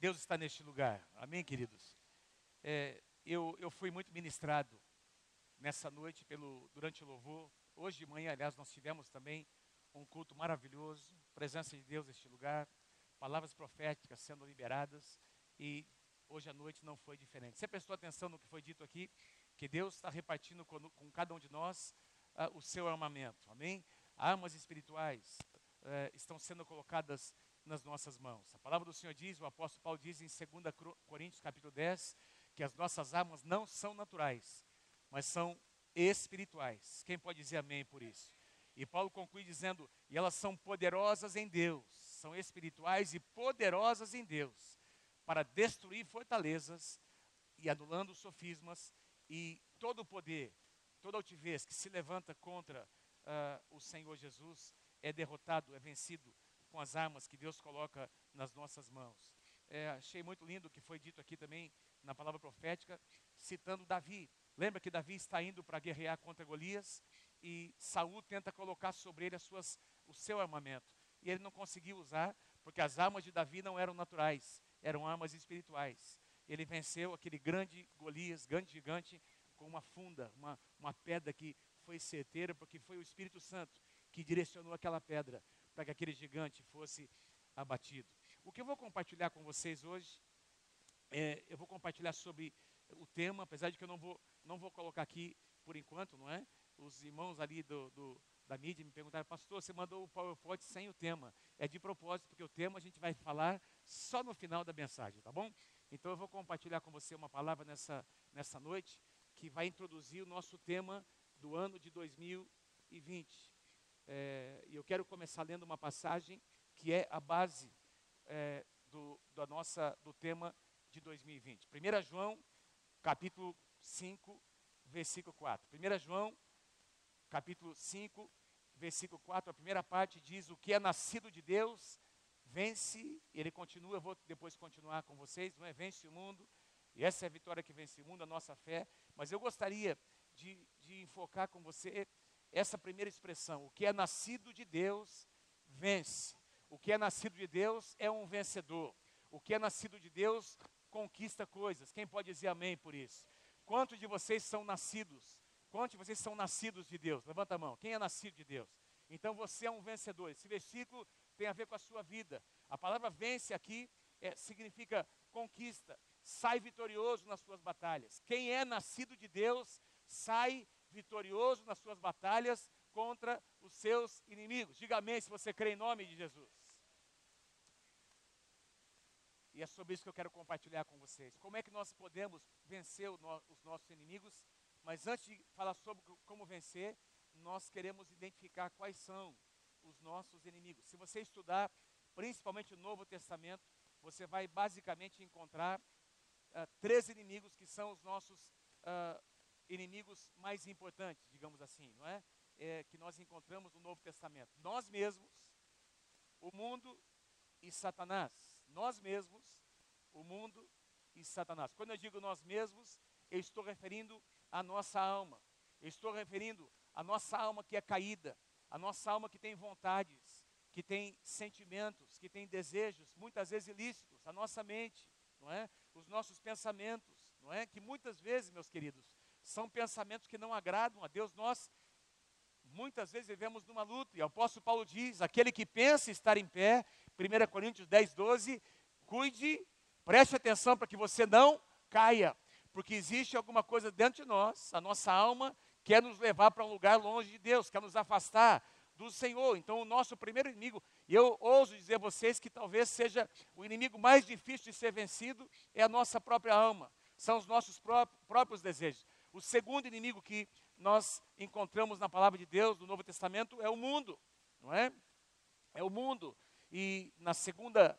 Deus está neste lugar. Amém, queridos? Eu fui muito ministrado nessa noite durante o louvor. Hoje de manhã, aliás, nós tivemos também um culto maravilhoso, presença de Deus neste lugar, palavras proféticas sendo liberadas, e hoje à noite não foi diferente. Você prestou atenção no que foi dito aqui? Que Deus está repartindo com cada um de nós o seu armamento, amém? Armas espirituais estão sendo colocadas nas nossas mãos. A palavra do Senhor diz, o apóstolo Paulo diz em 2 Coríntios capítulo 10, que as nossas armas não são naturais, mas são espirituais. Quem pode dizer amém por isso? E Paulo conclui dizendo, e elas são poderosas em Deus, são espirituais e poderosas em Deus, para destruir fortalezas e anulando sofismas e todo o poder, toda altivez que se levanta contra o Senhor Jesus é derrotado, é vencido com as armas que Deus coloca nas nossas mãos. Achei muito lindo o que foi dito aqui também na palavra profética, citando Davi. Lembra que Davi está indo para guerrear contra Golias e Saul tenta colocar sobre ele o seu armamento. E ele não conseguiu usar, porque as armas de Davi não eram naturais, eram armas espirituais. Ele venceu aquele grande Golias, grande gigante, com uma funda, uma pedra que foi certeira, porque foi o Espírito Santo que direcionou aquela pedra para que aquele gigante fosse abatido. O que eu vou compartilhar com vocês hoje, eu vou compartilhar sobre o tema, apesar de que eu não vou colocar aqui por enquanto, não é? Os irmãos ali da mídia me perguntaram, pastor, você mandou o PowerPoint sem o tema. É de propósito, porque o tema a gente vai falar só no final da mensagem, tá bom? Então eu vou compartilhar com você uma palavra nessa noite, que vai introduzir o nosso tema do ano de 2020. E eu quero começar lendo uma passagem que é a base do tema de 2020. 1 João, capítulo 5, versículo 4. 1 João, capítulo 5, versículo 4, a primeira parte diz, o que é nascido de Deus, vence, ele continua, eu vou depois continuar com vocês, não é? Vence o mundo, e essa é a vitória que vence o mundo, a nossa fé, mas eu gostaria de enfocar com você essa primeira expressão, o que é nascido de Deus, vence. O que é nascido de Deus é um vencedor. O que é nascido de Deus conquista coisas. Quem pode dizer amém por isso? Quantos de vocês são nascidos? Quantos de vocês são nascidos de Deus? Levanta a mão. Quem é nascido de Deus? Então você é um vencedor. Esse versículo tem a ver com a sua vida. A palavra vence aqui significa conquista. Sai vitorioso nas suas batalhas. Quem é nascido de Deus sai vitorioso nas suas batalhas contra os seus inimigos. Diga amém se você crê em nome de Jesus. E é sobre isso que eu quero compartilhar com vocês. Como é que nós podemos vencer os nossos inimigos? Mas antes de falar sobre como vencer, nós queremos identificar quais são os nossos inimigos. Se você estudar, principalmente o Novo Testamento, você vai basicamente encontrar 3 inimigos que são os nossos inimigos mais importantes, digamos assim, não é? Que nós encontramos no Novo Testamento. Nós mesmos, o mundo e Satanás. Nós mesmos, o mundo e Satanás. Quando eu digo nós mesmos, eu estou referindo à nossa alma. Eu estou referindo à nossa alma que é caída, a nossa alma que tem vontades, que tem sentimentos, que tem desejos, muitas vezes ilícitos, a nossa mente, não é? Os nossos pensamentos, não é? Que muitas vezes, meus queridos, são pensamentos que não agradam a Deus. Nós, muitas vezes, vivemos numa luta, e o apóstolo Paulo diz, aquele que pensa estar em pé, 1 Coríntios 10, 12, cuide, preste atenção para que você não caia, porque existe alguma coisa dentro de nós, a nossa alma quer nos levar para um lugar longe de Deus, quer nos afastar do Senhor. Então o nosso primeiro inimigo, e eu ouso dizer a vocês que talvez seja o inimigo mais difícil de ser vencido, é a nossa própria alma, são os nossos próprios desejos. O segundo inimigo que nós encontramos na palavra de Deus, no Novo Testamento, é o mundo, não é? É o mundo. E na segunda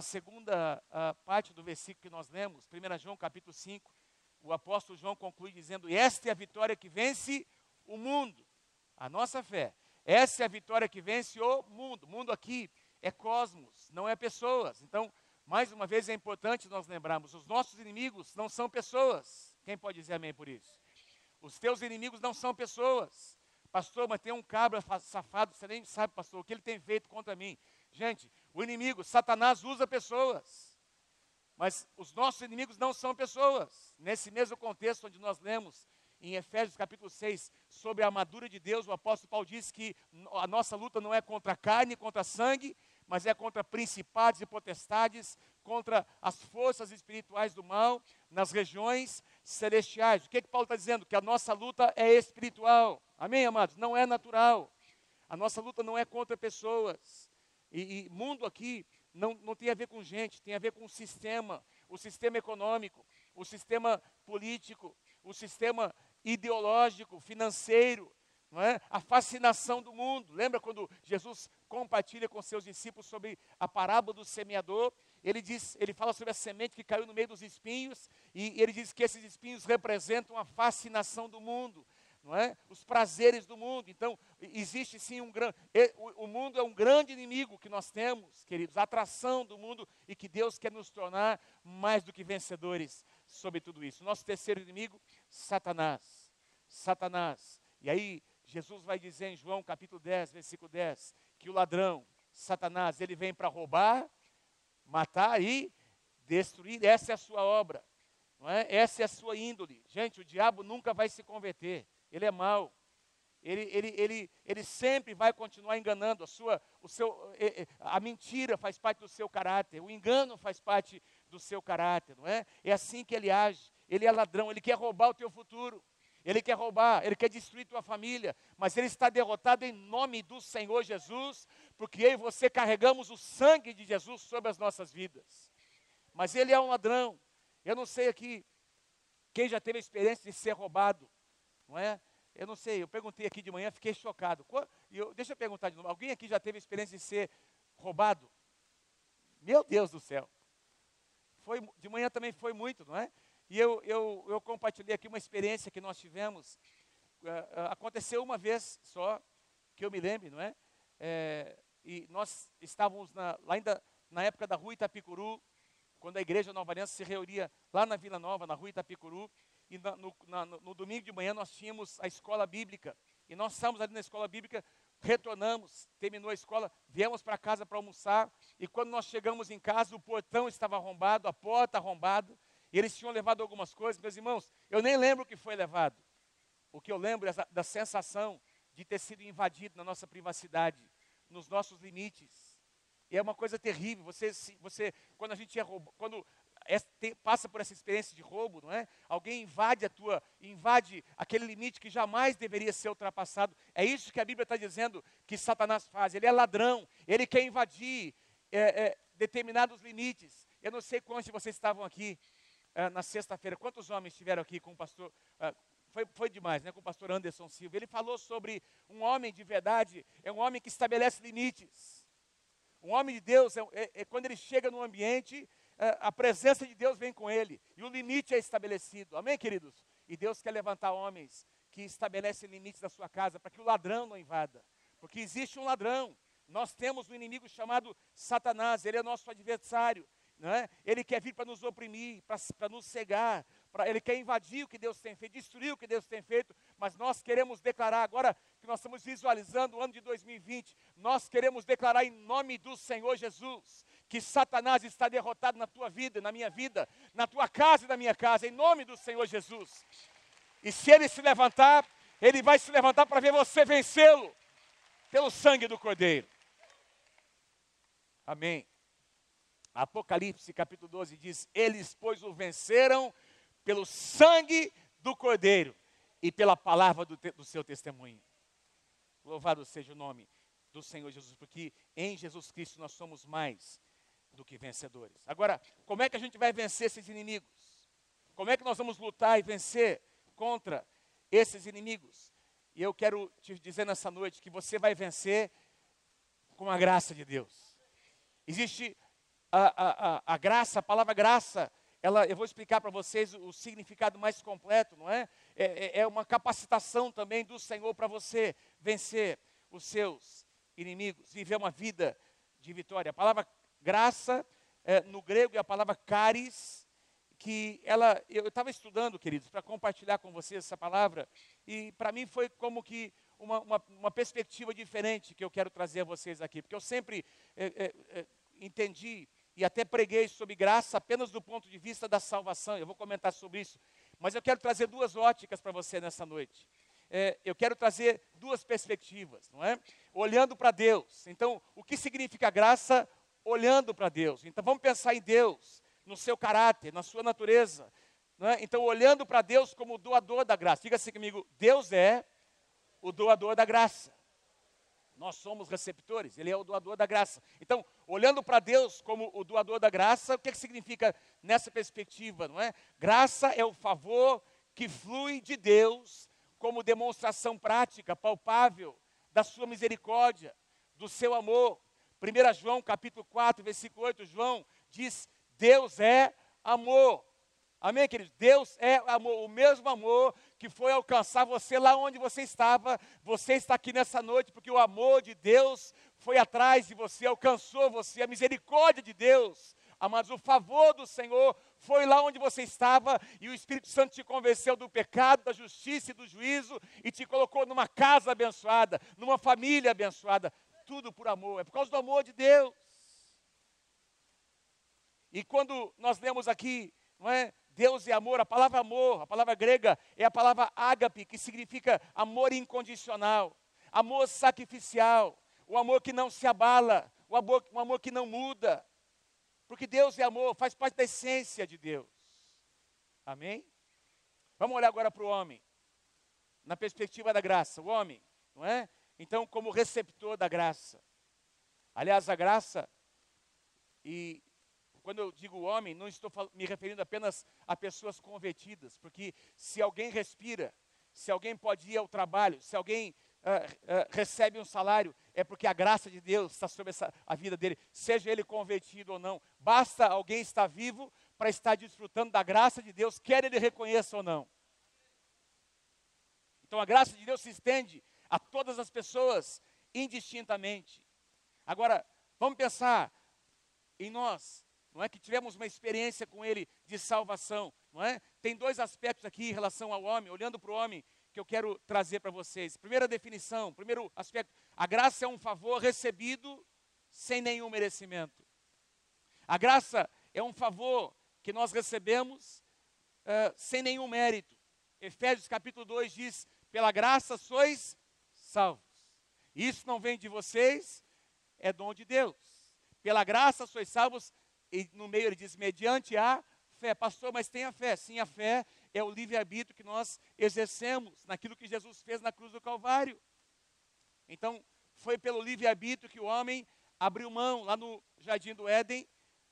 parte do versículo que nós lemos, 1 João capítulo 5, o apóstolo João conclui dizendo, esta é a vitória que vence o mundo, a nossa fé. Essa é a vitória que vence o mundo. O mundo aqui é cosmos, não é pessoas. Então, mais uma vez é importante nós lembrarmos, os nossos inimigos não são pessoas. Quem pode dizer amém por isso? Os teus inimigos não são pessoas. Pastor, mas tem um cabra safado, você nem sabe, pastor, o que ele tem feito contra mim. Gente, o inimigo, Satanás usa pessoas. Mas os nossos inimigos não são pessoas. Nesse mesmo contexto onde nós lemos em Efésios capítulo 6, sobre a armadura de Deus, o apóstolo Paulo diz que a nossa luta não é contra a carne, contra sangue, mas é contra principados e potestades, contra as forças espirituais do mal, nas regiões celestiais. O que Paulo está dizendo? Que a nossa luta é espiritual. Amém, amados? Não é natural. A nossa luta não é contra pessoas. E mundo aqui não tem a ver com gente, tem a ver com o sistema econômico, o sistema político, o sistema ideológico, financeiro, não é? A fascinação do mundo. Lembra quando Jesus compartilha com seus discípulos sobre a parábola do semeador? Ele fala sobre a semente que caiu no meio dos espinhos, e ele diz que esses espinhos representam a fascinação do mundo, não é? Os prazeres do mundo. Então, existe sim o mundo é um grande inimigo que nós temos, queridos, a atração do mundo, e que Deus quer nos tornar mais do que vencedores sobre tudo isso. Nosso terceiro inimigo, Satanás. Satanás. E aí, Jesus vai dizer em João capítulo 10, versículo 10, que o ladrão, Satanás, ele vem para roubar, matar e destruir. Essa é a sua obra, não é? Essa é a sua índole. Gente, o diabo nunca vai se converter. Ele é mau. Ele sempre vai continuar enganando. A mentira faz parte do seu caráter. O engano faz parte do seu caráter, não é? É assim que ele age. Ele é ladrão, ele quer roubar o teu futuro. Ele quer roubar, ele quer destruir tua família, mas ele está derrotado em nome do Senhor Jesus, porque eu e você carregamos o sangue de Jesus sobre as nossas vidas. Mas ele é um ladrão. Eu não sei aqui quem já teve a experiência de ser roubado, não é? Eu não sei, eu perguntei aqui de manhã, fiquei chocado. Deixa eu perguntar de novo, alguém aqui já teve a experiência de ser roubado? Meu Deus do céu. De manhã também foi muito, não é? E eu compartilhei aqui uma experiência que nós tivemos. Aconteceu uma vez só, que eu me lembro, não é? E nós estávamos lá ainda na época da Rua Itapicuru, quando a Igreja Nova Aliança se reunia lá na Vila Nova, na Rua Itapicuru, e no domingo de manhã nós tínhamos a escola bíblica. E nós estávamos ali na escola bíblica, retornamos, terminou a escola, viemos para casa para almoçar, e quando nós chegamos em casa, o portão estava arrombado, a porta arrombada, e eles tinham levado algumas coisas. Meus irmãos, eu nem lembro o que foi levado. O que eu lembro é da sensação de ter sido invadido na nossa privacidade, nos nossos limites. E é uma coisa terrível. Quando a gente passa por essa experiência de roubo, não é? Alguém invade aquele limite que jamais deveria ser ultrapassado. É isso que a Bíblia está dizendo que Satanás faz. Ele é ladrão, ele quer invadir determinados limites. Eu não sei quantos de vocês estavam aqui na sexta-feira. Quantos homens estiveram aqui com o pastor? Foi demais, né? Com o pastor Anderson Silva. Ele falou sobre um homem de verdade, é um homem que estabelece limites. Um homem de Deus, quando ele chega no ambiente, a presença de Deus vem com ele, e o limite é estabelecido. Amém, queridos? E Deus quer levantar homens que estabelecem limites da sua casa, para que o ladrão não invada. Porque existe um ladrão. Nós temos um inimigo chamado Satanás, ele é nosso adversário. Não é? Ele quer vir para nos oprimir, para nos cegar, ele quer invadir o que Deus tem feito, destruir o que Deus tem feito, mas nós queremos declarar, agora que nós estamos visualizando o ano de 2020, nós queremos declarar em nome do Senhor Jesus, que Satanás está derrotado na tua vida, na minha vida, na tua casa e na minha casa, em nome do Senhor Jesus. E se ele se levantar, ele vai se levantar para ver você vencê-lo, pelo sangue do Cordeiro. Amém. Apocalipse capítulo 12 diz: eles, pois, o venceram pelo sangue do Cordeiro e pela palavra do seu testemunho. Louvado seja o nome do Senhor Jesus, porque em Jesus Cristo nós somos mais do que vencedores. Agora, como é que a gente vai vencer esses inimigos? Como é que nós vamos lutar e vencer contra esses inimigos? E eu quero te dizer nessa noite que você vai vencer com a graça de Deus. Existe a graça, a palavra graça, eu vou explicar para vocês o significado mais completo, não é? É uma capacitação também do Senhor para você vencer os seus inimigos, viver uma vida de vitória. A palavra graça, no grego, é a palavra charis, que eu estava estudando, queridos, para compartilhar com vocês essa palavra, e para mim foi como que uma perspectiva diferente que eu quero trazer a vocês aqui, porque eu sempre entendi e até preguei sobre graça apenas do ponto de vista da salvação. Eu vou comentar sobre isso. Mas eu quero trazer duas óticas para você nessa noite. Eu quero trazer duas perspectivas, não é? Olhando para Deus. Então, o que significa graça? Olhando para Deus. Então, vamos pensar em Deus, no seu caráter, na sua natureza. Não é? Então, olhando para Deus como o doador da graça. Diga assim comigo, Deus é o doador da graça. Nós somos receptores, Ele é o doador da graça. Então, olhando para Deus como o doador da graça, o que significa nessa perspectiva, não é? Graça é o favor que flui de Deus como demonstração prática, palpável, da sua misericórdia, do seu amor. 1 João capítulo 4, versículo 8, João diz, Deus é amor. Amém, queridos? Deus é amor, o mesmo amor que foi alcançar você lá onde você estava. Você está aqui nessa noite porque o amor de Deus foi atrás de você, alcançou você, a misericórdia de Deus. Amados, o favor do Senhor foi lá onde você estava e o Espírito Santo te convenceu do pecado, da justiça e do juízo e te colocou numa casa abençoada, numa família abençoada. Tudo por amor, é por causa do amor de Deus. E quando nós lemos aqui, não é? Deus é amor, a palavra grega é a palavra ágape, que significa amor incondicional, amor sacrificial, o amor que não se abala, o amor que não muda. Porque Deus é amor, faz parte da essência de Deus. Amém? Vamos olhar agora para o homem, na perspectiva da graça. O homem, não é? Então, como receptor da graça. Aliás, a graça, e quando eu digo homem, não estou me referindo apenas a pessoas convertidas, porque se alguém respira, se alguém pode ir ao trabalho, se alguém recebe um salário, é porque a graça de Deus está sobre a vida dele, seja ele convertido ou não. Basta alguém estar vivo para estar desfrutando da graça de Deus, quer ele reconheça ou não. Então a graça de Deus se estende a todas as pessoas, indistintamente. Agora, vamos pensar em nós, não é, que tivemos uma experiência com Ele de salvação, não é? Tem dois aspectos aqui em relação ao homem, olhando para o homem, que eu quero trazer para vocês. Primeira definição, primeiro aspecto, a graça é um favor recebido sem nenhum merecimento. A graça é um favor que nós recebemos sem nenhum mérito. Efésios capítulo 2 diz, pela graça sois salvos. Isso não vem de vocês, é dom de Deus. Pela graça sois salvos, e no meio ele diz, mediante a fé. Pastor, mas tem a fé. Sim, a fé é o livre-arbítrio que nós exercemos naquilo que Jesus fez na cruz do Calvário. Então, foi pelo livre-arbítrio que o homem abriu mão, lá no Jardim do Éden,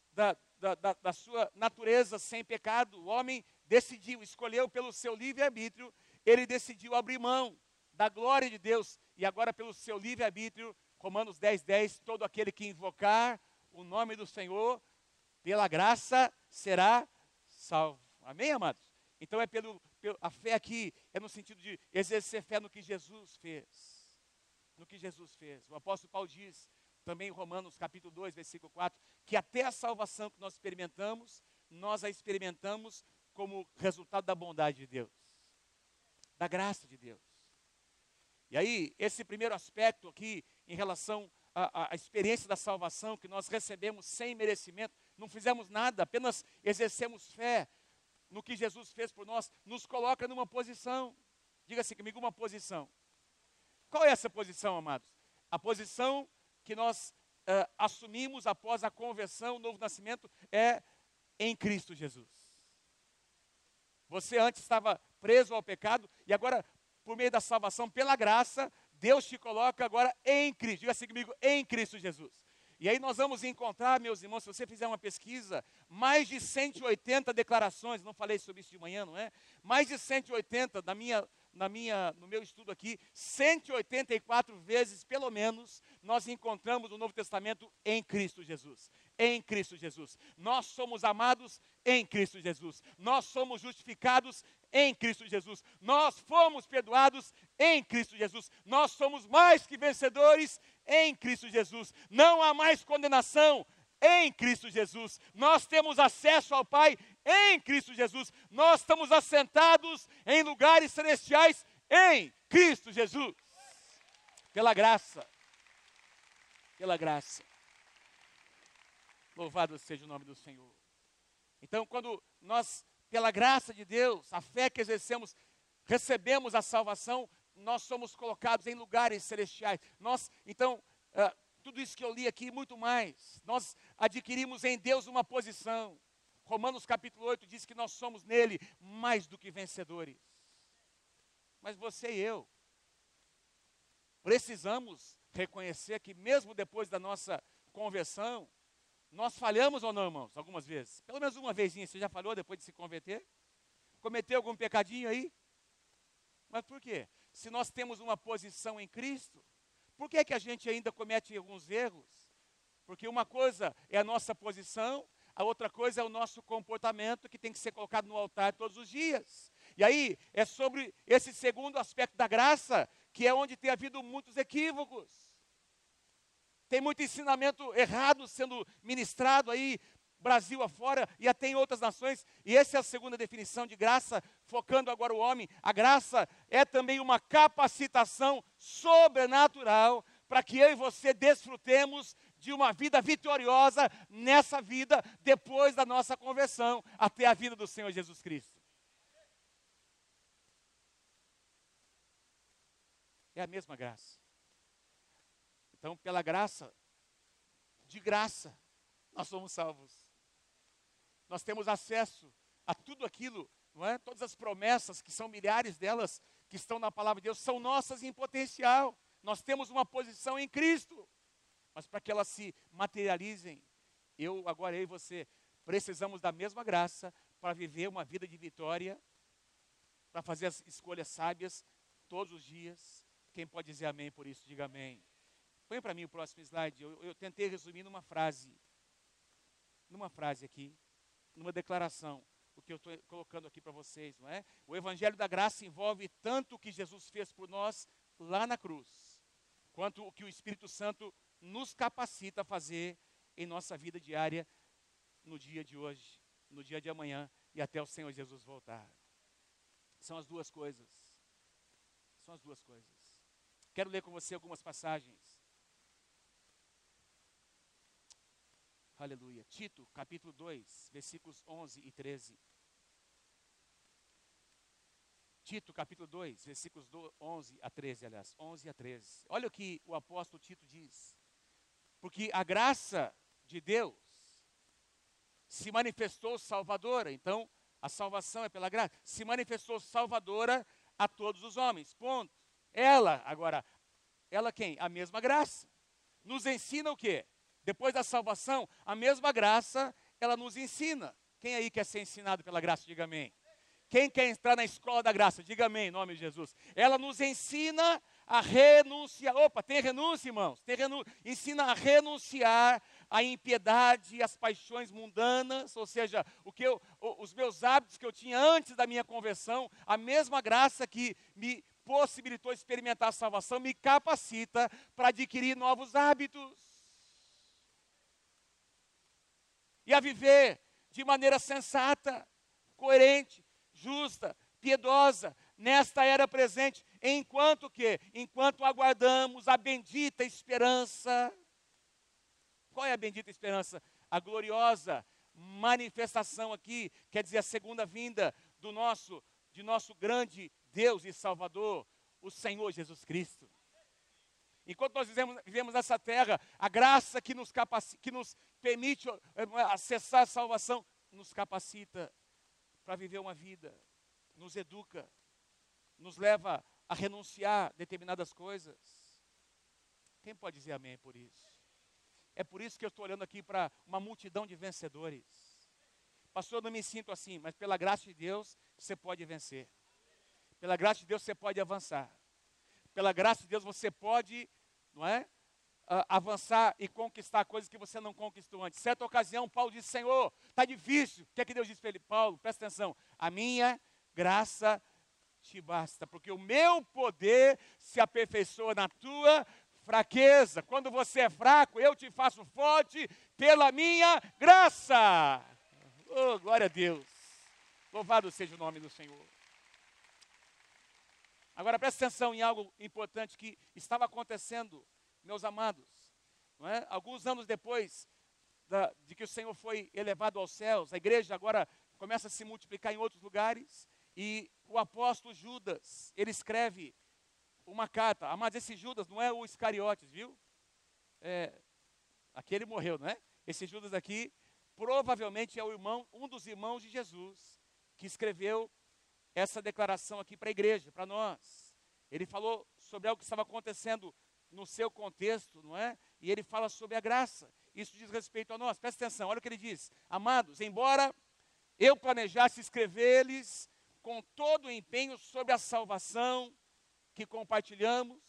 da sua natureza sem pecado. O homem decidiu, escolheu pelo seu livre-arbítrio, ele decidiu abrir mão da glória de Deus. E agora, pelo seu livre-arbítrio, Romanos 10:10, todo aquele que invocar o nome do Senhor, pela graça será salvo. Amém, amados? Então a fé aqui é no sentido de exercer fé no que Jesus fez. No que Jesus fez. O apóstolo Paulo diz, também em Romanos capítulo 2, versículo 4, que até a salvação que nós experimentamos, nós a experimentamos como resultado da bondade de Deus. Da graça de Deus. E aí, esse primeiro aspecto aqui, em relação à experiência da salvação, que nós recebemos sem merecimento, não fizemos nada, apenas exercemos fé no que Jesus fez por nós, nos coloca numa posição. Diga assim comigo, uma posição. Qual é essa posição, amados? A posição que nós assumimos após a conversão, o novo nascimento, é em Cristo Jesus. Você antes estava preso ao pecado, e agora, por meio da salvação, pela graça, Deus te coloca agora em Cristo. Diga assim comigo, em Cristo Jesus. E aí nós vamos encontrar, meus irmãos, se você fizer uma pesquisa, mais de 180 declarações, não falei sobre isso de manhã, não é? Mais de 180, no meu estudo aqui, 184 vezes, pelo menos, nós encontramos o Novo Testamento em Cristo Jesus. Em Cristo Jesus. Nós somos amados em Cristo Jesus. Nós somos justificados em Cristo Jesus. Nós fomos perdoados em Cristo Jesus. Nós somos mais que vencedores em Cristo Jesus. Não há mais condenação em Cristo Jesus. Nós temos acesso ao Pai em Cristo Jesus. Nós estamos assentados em lugares celestiais em Cristo Jesus. Pela graça. Pela graça. Louvado seja o nome do Senhor. Então, quando nós, pela graça de Deus, a fé que exercemos, recebemos a salvação, nós somos colocados em lugares celestiais. Então, tudo isso que eu li aqui e muito mais, nós adquirimos em Deus uma posição. Romanos capítulo 8 diz que nós somos nele mais do que vencedores. Mas você e eu precisamos reconhecer que mesmo depois da nossa conversão, nós falhamos ou não, irmãos? Algumas vezes. Pelo menos uma vezinha, você já falhou depois de se converter? Cometeu algum pecadinho aí? Mas por quê? Se nós temos uma posição em Cristo, por que a gente ainda comete alguns erros? Porque uma coisa é a nossa posição, a outra coisa é o nosso comportamento que tem que ser colocado no altar todos os dias. E aí, é sobre esse segundo aspecto da graça, que é onde tem havido muitos equívocos. Tem muito ensinamento errado sendo ministrado aí, Brasil afora e até em outras nações. E essa é a segunda definição de graça, focando agora o homem. A graça é também uma capacitação sobrenatural para que eu e você desfrutemos de uma vida vitoriosa nessa vida, depois da nossa conversão, até a vida do Senhor Jesus Cristo. É a mesma graça. Então, pela graça, de graça, nós somos salvos. Nós temos acesso a tudo aquilo, não é? Todas as promessas, que são milhares delas, que estão na palavra de Deus, são nossas em potencial. Nós temos uma posição em Cristo. Mas para que elas se materializem, agora eu e você, precisamos da mesma graça para viver uma vida de vitória, para fazer as escolhas sábias todos os dias. Quem pode dizer amém por isso? Diga amém. Põe para mim o próximo slide. Eu tentei resumir numa frase aqui, numa declaração, o que eu estou colocando aqui para vocês, não é? O Evangelho da Graça envolve tanto o que Jesus fez por nós lá na cruz, quanto o que o Espírito Santo nos capacita a fazer em nossa vida diária, no dia de hoje, no dia de amanhã e até o Senhor Jesus voltar. São as duas coisas. São as duas coisas. Quero ler com você algumas passagens. Aleluia. Tito, capítulo 2, versículos 11 e 13. Tito, capítulo 2, versículos 11 a 13, aliás, 11 a 13. Olha o que o apóstolo Tito diz. Porque a graça de Deus se manifestou salvadora. Então, a salvação é pela graça. Se manifestou salvadora a todos os homens. Ponto. Ela quem? A mesma graça. Nos ensina o quê? Depois da salvação, a mesma graça, ela nos ensina. Quem aí quer ser ensinado pela graça? Diga amém. Quem quer entrar na escola da graça? Diga amém, em nome de Jesus. Ela nos ensina a renunciar. Opa, tem renúncia, irmãos? Ensina a renunciar à impiedade, às paixões mundanas, ou seja, os meus hábitos que eu tinha antes da minha conversão, a mesma graça que me possibilitou experimentar a salvação, me capacita para adquirir novos hábitos. E a viver de maneira sensata, coerente, justa, piedosa, nesta era presente, enquanto aguardamos a bendita esperança. Qual é a bendita esperança? A gloriosa manifestação aqui, quer dizer, a segunda vinda de nosso grande Deus e Salvador, o Senhor Jesus Cristo. Enquanto nós vivemos nessa terra, a graça que nos permite acessar a salvação, nos capacita para viver uma vida, nos educa, nos leva a renunciar a determinadas coisas. Quem pode dizer amém por isso? É por isso que eu estou olhando aqui para uma multidão de vencedores. Pastor, eu não me sinto assim, mas pela graça de Deus, você pode vencer. Pela graça de Deus, você pode avançar. Pela graça de Deus, você pode, não é? Avançar e conquistar coisas que você não conquistou antes. Certa ocasião, Paulo disse: Senhor, está difícil. O que é que Deus disse para ele? Paulo, presta atenção. A minha graça te basta, porque o meu poder se aperfeiçoa na tua fraqueza. Quando você é fraco, eu te faço forte pela minha graça. Oh, glória a Deus. Louvado seja o nome do Senhor. Agora presta atenção em algo importante que estava acontecendo, meus amados. Não é? Alguns anos depois de que o Senhor foi elevado aos céus, a igreja agora começa a se multiplicar em outros lugares, e o apóstolo Judas, ele escreve uma carta. Mas esse Judas não é o Iscariotes, viu? Aqui ele morreu, não é? Esse Judas aqui provavelmente é um dos irmãos de Jesus, que escreveu essa declaração aqui para a igreja, para nós. Ele falou sobre algo que estava acontecendo no seu contexto, não é? E ele fala sobre a graça. Isso diz respeito a nós. Presta atenção, olha o que ele diz. Amados, embora eu planejasse escrever-lhes com todo o empenho sobre a salvação que compartilhamos,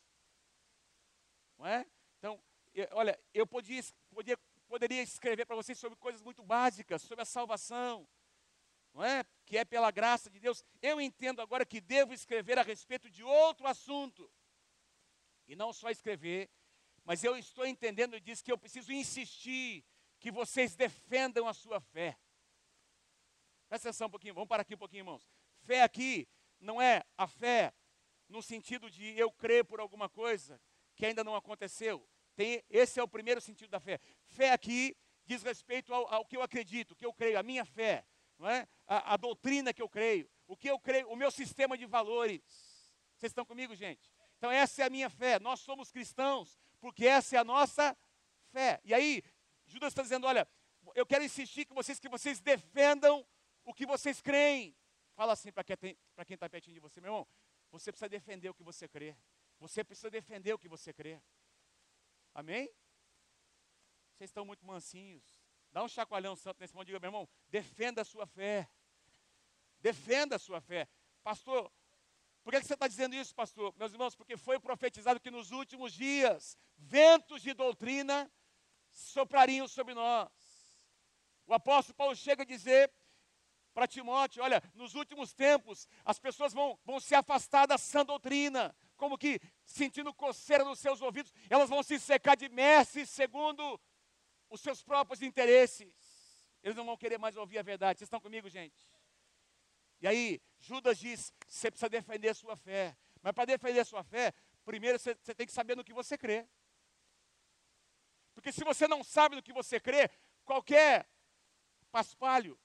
não é? Então, olha, eu poderia escrever para vocês sobre coisas muito básicas, sobre a salvação, não é? Que é pela graça de Deus. Eu entendo agora que devo escrever a respeito de outro assunto. E não só escrever, mas eu estou entendendo, diz que eu preciso insistir que vocês defendam a sua fé. Presta atenção um pouquinho, vamos parar aqui um pouquinho, irmãos. Fé aqui não é a fé no sentido de eu crer por alguma coisa que ainda não aconteceu. Esse é o primeiro sentido da fé. Fé aqui diz respeito ao que eu acredito, o que eu creio, a minha fé, não é? A doutrina que eu creio, o que eu creio, o meu sistema de valores. Vocês estão comigo, gente? Então essa é a minha fé. Nós somos cristãos porque essa é a nossa fé. E aí, Judas está dizendo, olha, eu quero insistir que vocês defendam o que vocês creem. Fala assim para quem está pertinho de você, meu irmão. Você precisa defender o que você crê. Você precisa defender o que você crê. Amém? Vocês estão muito mansinhos. Dá um chacoalhão santo nesse momento. Diga, meu irmão, defenda a sua fé. Defenda a sua fé. Pastor, por que você está dizendo isso, pastor? Meus irmãos, porque foi profetizado que nos últimos dias, ventos de doutrina soprariam sobre nós. O apóstolo Paulo chega a dizer para Timóteo, olha, nos últimos tempos, as pessoas vão se afastar da sã doutrina, como que sentindo coceira nos seus ouvidos, elas vão se secar de mestres segundo os seus próprios interesses. Eles não vão querer mais ouvir a verdade. Vocês estão comigo, gente? E aí, Judas diz, você precisa defender a sua fé. Mas para defender a sua fé, primeiro você tem que saber no que você crê. Porque se você não sabe no que você crê, qualquer paspalho.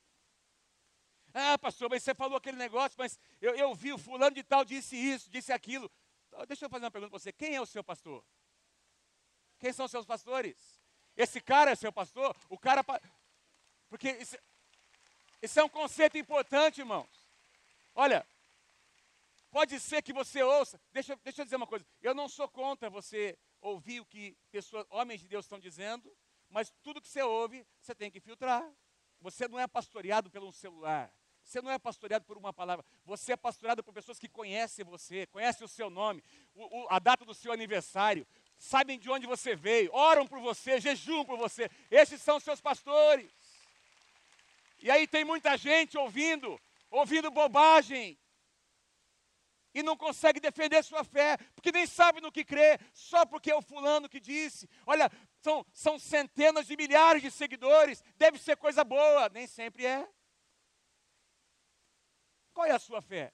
Ah, pastor, mas você falou aquele negócio, mas eu vi o fulano de tal disse isso, disse aquilo. Deixa eu fazer uma pergunta para você. Quem é o seu pastor? Quem são os seus pastores? Esse cara é seu pastor? O cara... Porque isso é um conceito importante, irmãos. Olha, pode ser que você ouça... Deixa eu dizer uma coisa. Eu não sou contra você ouvir o que homens de Deus estão dizendo, mas tudo que você ouve, você tem que filtrar. Você não é pastoreado pelo celular. Você não é pastoreado por uma palavra. Você é pastoreado por pessoas que conhecem você, conhecem o seu nome, a data do seu aniversário, sabem de onde você veio, oram por você, jejuam por você. Esses são os seus pastores. E aí tem muita gente ouvindo bobagem. E não consegue defender sua fé, porque nem sabe no que crê, só porque é o fulano que disse. Olha, são centenas de milhares de seguidores, deve ser coisa boa. Nem sempre é. Qual é a sua fé?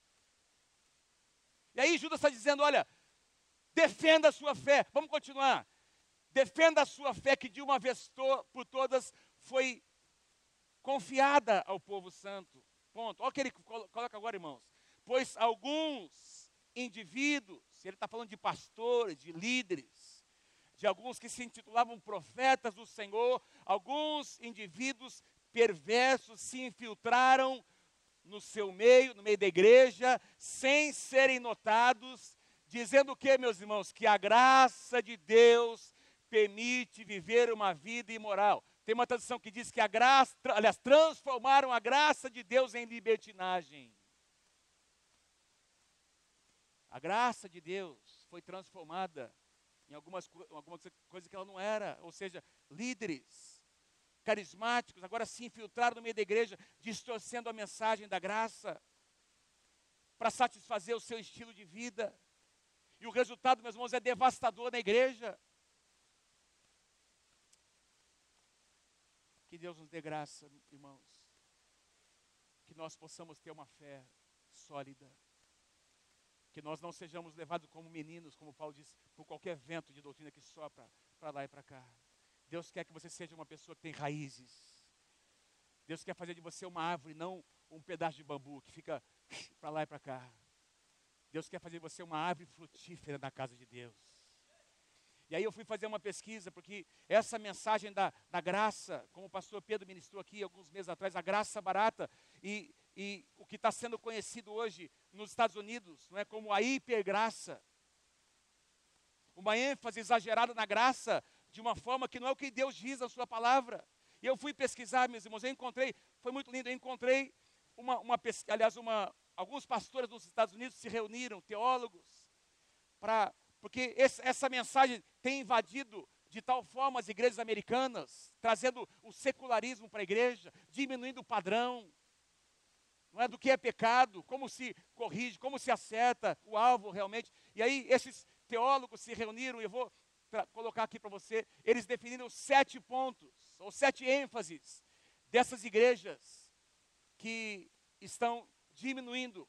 E aí Judas está dizendo, olha, defenda a sua fé. Vamos continuar. Defenda a sua fé que de uma vez por todas foi confiada ao povo santo. Ponto. Olha o que ele coloca agora, irmãos. Pois alguns indivíduos, ele está falando de pastores, de líderes, de alguns que se intitulavam profetas do Senhor, alguns indivíduos perversos se infiltraram no meio da igreja, sem serem notados, dizendo o que, meus irmãos? Que a graça de Deus permite viver uma vida imoral. Tem uma tradução que diz que transformaram a graça de Deus em libertinagem. A graça de Deus foi transformada em alguma coisa que ela não era. Ou seja, líderes carismáticos agora se infiltraram no meio da igreja, distorcendo a mensagem da graça para satisfazer o seu estilo de vida. E o resultado, meus irmãos, é devastador na igreja. Que Deus nos dê graça, irmãos. Que nós possamos ter uma fé sólida. Que nós não sejamos levados como meninos, como Paulo disse, por qualquer vento de doutrina que sopra para lá e para cá. Deus quer que você seja uma pessoa que tem raízes. Deus quer fazer de você uma árvore, não um pedaço de bambu que fica para lá e para cá. Deus quer fazer de você uma árvore frutífera na casa de Deus. E aí eu fui fazer uma pesquisa, porque essa mensagem da graça, como o pastor Pedro ministrou aqui alguns meses atrás, a graça barata, e o que está sendo conhecido hoje nos Estados Unidos, não é, como a hipergraça. Uma ênfase exagerada na graça, de uma forma que não é o que Deus diz na sua palavra. E eu fui pesquisar, meus irmãos, eu encontrei, foi muito lindo, eu encontrei alguns pastores nos Estados Unidos se reuniram, teólogos, porque essa mensagem tem invadido de tal forma as igrejas americanas, trazendo o secularismo para a igreja, diminuindo o padrão, não é, do que é pecado, como se corrige, como se acerta o alvo realmente. E aí esses teólogos se reuniram, e eu vou colocar aqui para você, eles definiram 7 pontos, ou 7 ênfases dessas igrejas que estão diminuindo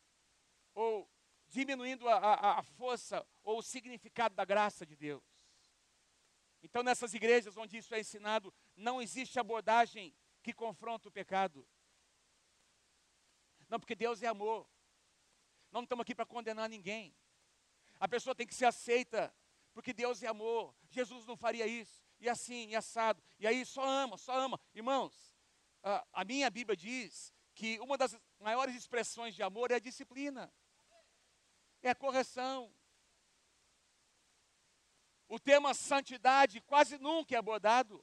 a força ou o significado da graça de Deus. Então, nessas igrejas onde isso é ensinado, não existe abordagem que confronta o pecado. Não, porque Deus é amor. Não estamos aqui para condenar ninguém. A pessoa tem que ser aceita, porque Deus é amor. Jesus não faria isso, e assim, e assado. E aí só ama, só ama. Irmãos, a minha Bíblia diz que uma das maiores expressões de amor é a disciplina. É a correção. O tema santidade quase nunca é abordado.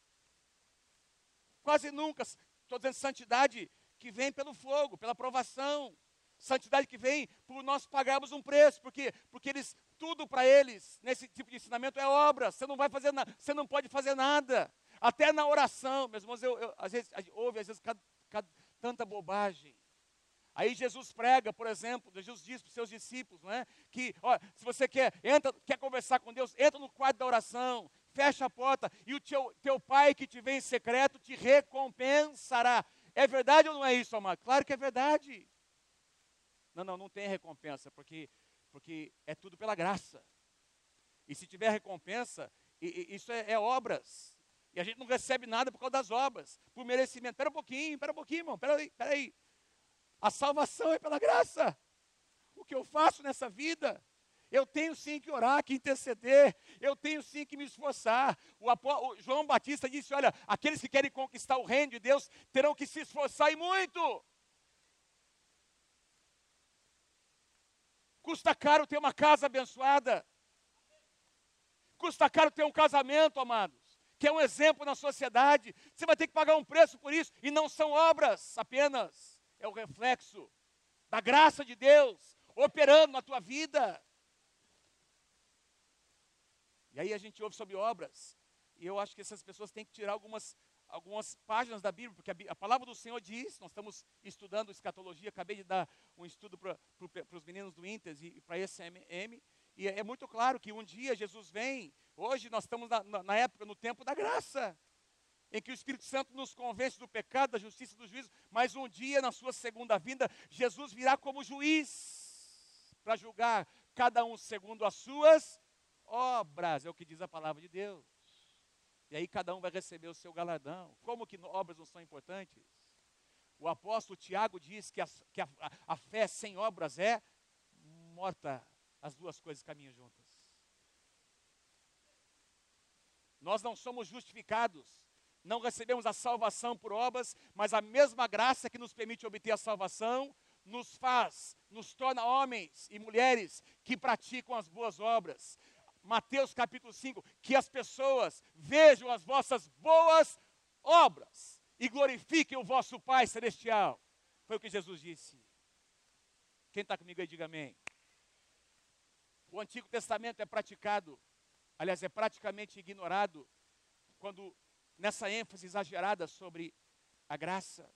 Quase nunca. Estou dizendo santidade que vem pelo fogo, pela provação. Santidade que vem por nós pagarmos um preço. Por quê? Porque tudo para eles, nesse tipo de ensinamento, é obra. Você não vai fazer nada, você não pode fazer nada. Até na oração, meus irmãos, às vezes tanta bobagem. Aí Jesus prega, por exemplo, Jesus diz para os seus discípulos, não é? Que, ó, se você quer conversar com Deus, entra no quarto da oração, fecha a porta, e o teu pai que te vê em secreto te recompensará. É verdade ou não é isso, amado? Claro que é verdade. Não tem recompensa, porque é tudo pela graça. E se tiver recompensa, isso é obras. E a gente não recebe nada por causa das obras, por merecimento. Espera um pouquinho, irmão, espera aí. A salvação é pela graça. O que eu faço nessa vida, eu tenho sim que orar, que interceder, eu tenho sim que me esforçar. O João Batista disse, olha, aqueles que querem conquistar o reino de Deus, terão que se esforçar e muito. Custa caro ter uma casa abençoada. Custa caro ter um casamento, amados, que é um exemplo na sociedade. Você vai ter que pagar um preço por isso, e não são obras apenas. É o reflexo da graça de Deus operando na tua vida. E aí a gente ouve sobre obras, e eu acho que essas pessoas têm que tirar algumas páginas da Bíblia, porque a palavra do Senhor diz, nós estamos estudando escatologia, acabei de dar um estudo para os meninos do Inter e para esse SM, e é muito claro que um dia Jesus vem. Hoje nós estamos na época, no tempo da graça, em que o Espírito Santo nos convence do pecado, da justiça e do juízo, mas um dia, na sua segunda vinda, Jesus virá como juiz, para julgar cada um segundo as suas obras, é o que diz a palavra de Deus. E aí cada um vai receber o seu galardão. Como que obras não são importantes? O apóstolo Tiago diz que a fé sem obras é morta, as duas coisas caminham juntas. Nós não somos justificados, não recebemos a salvação por obras, mas a mesma graça que nos permite obter a salvação, nos torna homens e mulheres que praticam as boas obras. Mateus capítulo 5, que as pessoas vejam as vossas boas obras e glorifiquem o vosso Pai Celestial. Foi o que Jesus disse. Quem está comigo aí, diga amém. O Antigo Testamento é praticado, aliás, é praticamente ignorado, quando nessa ênfase exagerada sobre a graça.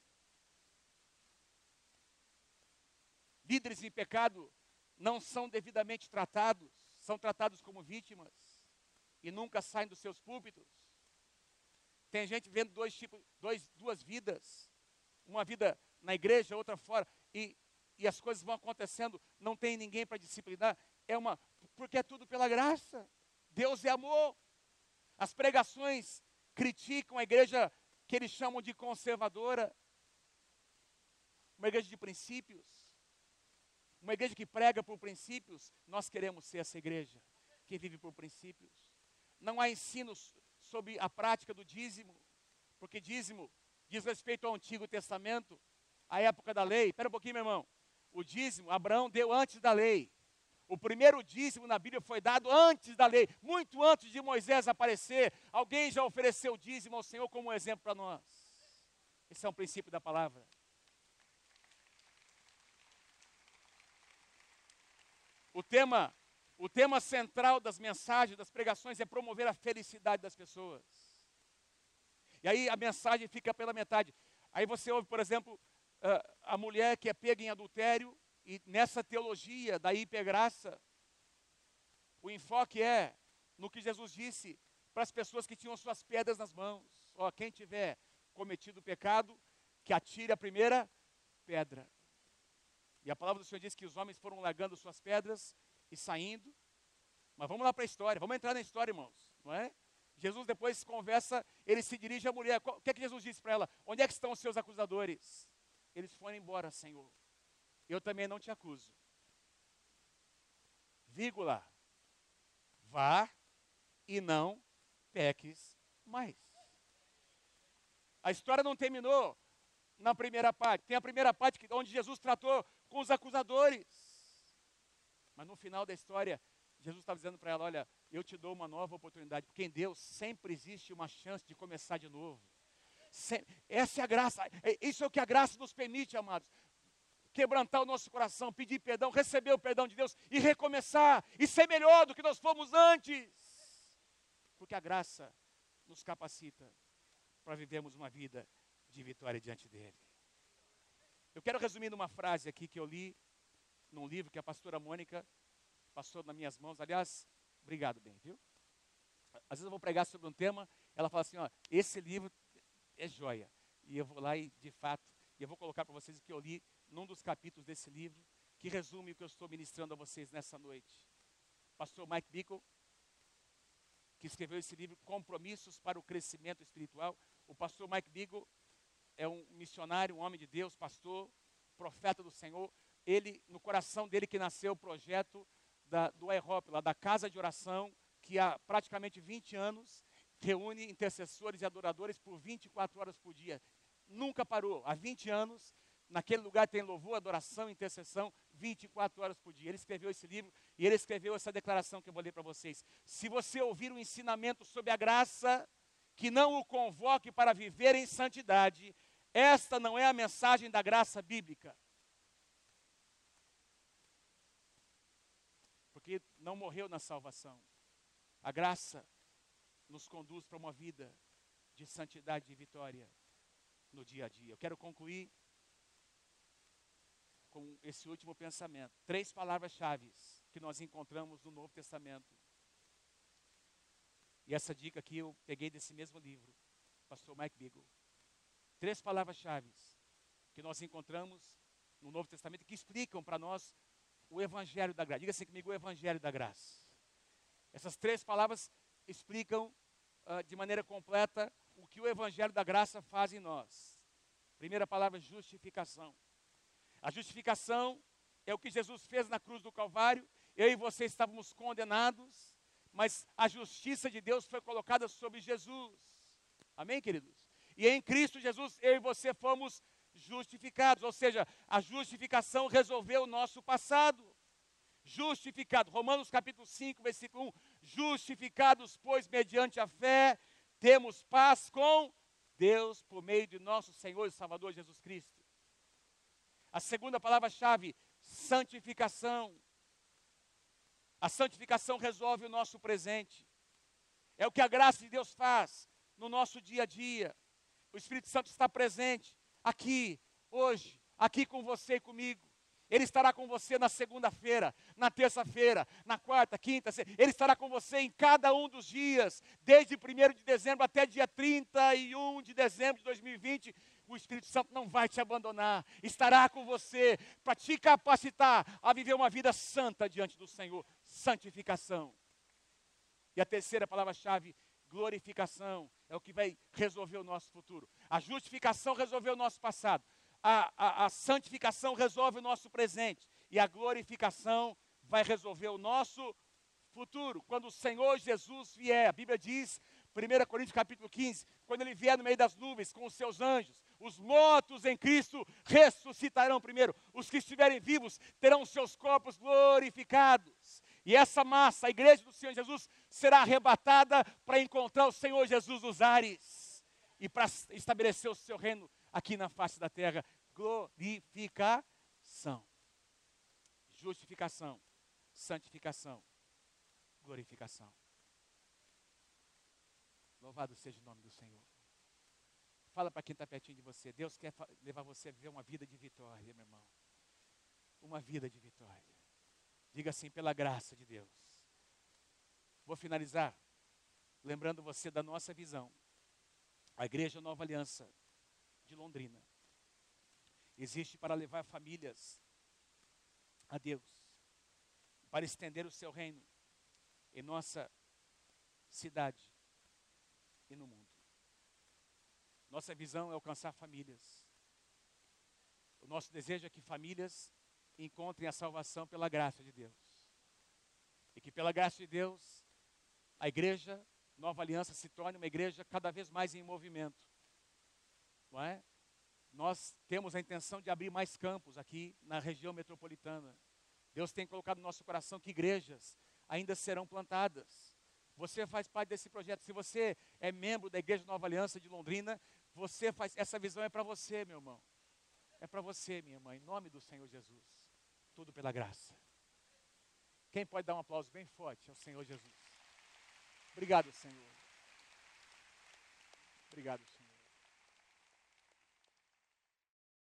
Líderes em pecado não são devidamente tratados, são tratados como vítimas e nunca saem dos seus púlpitos. Tem gente vendo duas vidas, uma vida na igreja, outra fora, e as coisas vão acontecendo, não tem ninguém para disciplinar, porque é tudo pela graça. Deus é amor. As pregações criticam a igreja que eles chamam de conservadora, uma igreja de princípios, uma igreja que prega por princípios. Nós queremos ser essa igreja que vive por princípios. Não há ensinos sobre a prática do dízimo, porque dízimo diz respeito ao Antigo Testamento, à época da lei. Espera um pouquinho, meu irmão. O dízimo, Abraão deu antes da lei. O primeiro dízimo na Bíblia foi dado antes da lei, muito antes de Moisés aparecer. Alguém já ofereceu dízimo ao Senhor como um exemplo para nós. Esse é um princípio da palavra. O tema central das mensagens, das pregações, é promover a felicidade das pessoas. E aí a mensagem fica pela metade. Aí você ouve, por exemplo, a mulher que é pega em adultério, e nessa teologia da hipergraça, o enfoque é no que Jesus disse para as pessoas que tinham suas pedras nas mãos. Ó, quem tiver cometido pecado, que atire a primeira pedra. E a palavra do Senhor diz que os homens foram largando suas pedras e saindo. Mas vamos lá para a história, vamos entrar na história, irmãos, não é? Jesus depois conversa, ele se dirige à mulher. O que é que Jesus disse para ela? Onde é que estão os seus acusadores? Eles foram embora, Senhor. Eu também não te acuso. Vírgula. Vá e não peques mais. A história não terminou na primeira parte. Tem a primeira parte onde Jesus tratou com os acusadores. Mas no final da história, Jesus está dizendo para ela, olha, eu te dou uma nova oportunidade, porque em Deus sempre existe uma chance de começar de novo. Essa é a graça, isso é o que a graça nos permite, amados. Quebrantar o nosso coração, pedir perdão, receber o perdão de Deus e recomeçar, e ser melhor do que nós fomos antes. Porque a graça nos capacita para vivermos uma vida de vitória diante dEle. Eu quero resumir numa frase aqui que eu li num livro que a pastora Mônica passou nas minhas mãos. Aliás, obrigado, bem, viu? Às vezes eu vou pregar sobre um tema, ela fala assim, ó, esse livro é joia. E eu vou lá e, de fato, eu vou colocar para vocês o que eu li num dos capítulos desse livro, que resume o que eu estou ministrando a vocês nessa noite. Pastor Mike Bickle, que escreveu esse livro, Compromissos para o Crescimento Espiritual. O pastor Mike Bickle é um missionário, um homem de Deus, pastor, profeta do Senhor. Ele, no coração dele que nasceu o projeto do IHOP, lá da casa de oração, que há praticamente 20 anos reúne intercessores e adoradores por 24 horas por dia. Nunca parou, há 20 anos, naquele lugar tem louvor, adoração, intercessão, 24 horas por dia. Ele escreveu esse livro e ele escreveu essa declaração que eu vou ler para vocês. Se você ouvir um ensinamento sobre a graça, que não o convoque para viver em santidade, esta não é a mensagem da graça bíblica. Porque não morreu na salvação. A graça nos conduz para uma vida de santidade e vitória no dia a dia. Eu quero concluir com esse último pensamento. 3 palavras-chave que nós encontramos no Novo Testamento. E essa dica aqui eu peguei desse mesmo livro, pastor Mike Bickle. 3 palavras-chave que nós encontramos no Novo Testamento que explicam para nós o Evangelho da Graça. Diga assim comigo, o Evangelho da Graça. Essas 3 palavras explicam de maneira completa o que o Evangelho da Graça faz em nós. Primeira palavra, justificação. A justificação é o que Jesus fez na cruz do Calvário. Eu e você estávamos condenados, mas a justiça de Deus foi colocada sobre Jesus. Amém, queridos? E em Cristo Jesus, eu e você fomos justificados. Ou seja, a justificação resolveu o nosso passado. Justificado. Romanos capítulo 5, versículo 1. Justificados, pois, mediante a fé, temos paz com Deus por meio de nosso Senhor e Salvador Jesus Cristo. A segunda palavra-chave, santificação. A santificação resolve o nosso presente. É o que a graça de Deus faz no nosso dia a dia. O Espírito Santo está presente aqui, hoje, aqui com você e comigo. Ele estará com você na segunda-feira, na terça-feira, na quarta, quinta, ele estará com você em cada um dos dias, desde 1º de dezembro até dia 31 de dezembro de 2020. O Espírito Santo não vai te abandonar, estará com você para te capacitar a viver uma vida santa diante do Senhor. Santificação. E a terceira palavra-chave, glorificação é o que vai resolver o nosso futuro. A justificação resolveu o nosso passado. A santificação resolve o nosso presente. E a glorificação vai resolver o nosso futuro. Quando o Senhor Jesus vier, a Bíblia diz, 1 Coríntios capítulo 15, quando ele vier no meio das nuvens com os seus anjos, os mortos em Cristo ressuscitarão primeiro. Os que estiverem vivos terão seus corpos glorificados. E essa massa, a igreja do Senhor Jesus, será arrebatada para encontrar o Senhor Jesus nos ares e para estabelecer o seu reino aqui na face da terra. Glorificação, justificação, santificação, glorificação. Louvado seja o nome do Senhor. Fala para quem está pertinho de você. Deus quer levar você a viver uma vida de vitória, meu irmão. Uma vida de vitória. Diga assim, pela graça de Deus. Vou finalizar lembrando você da nossa visão. A Igreja Nova Aliança de Londrina existe para levar famílias a Deus, para estender o seu reino em nossa cidade e no mundo. Nossa visão é alcançar famílias. O nosso desejo é que famílias encontrem a salvação pela graça de Deus. E que pela graça de Deus, a Igreja Nova Aliança se torne uma igreja cada vez mais em movimento. Não é? Nós temos a intenção de abrir mais campos aqui na região metropolitana. Deus tem colocado no nosso coração que igrejas ainda serão plantadas. Você faz parte desse projeto. Se você é membro da Igreja Nova Aliança de Londrina, essa visão é para você, meu irmão. É para você, minha irmã, em nome do Senhor Jesus. Tudo pela graça. Quem pode dar um aplauso bem forte ao Senhor Jesus? Obrigado, Senhor. Obrigado, Senhor.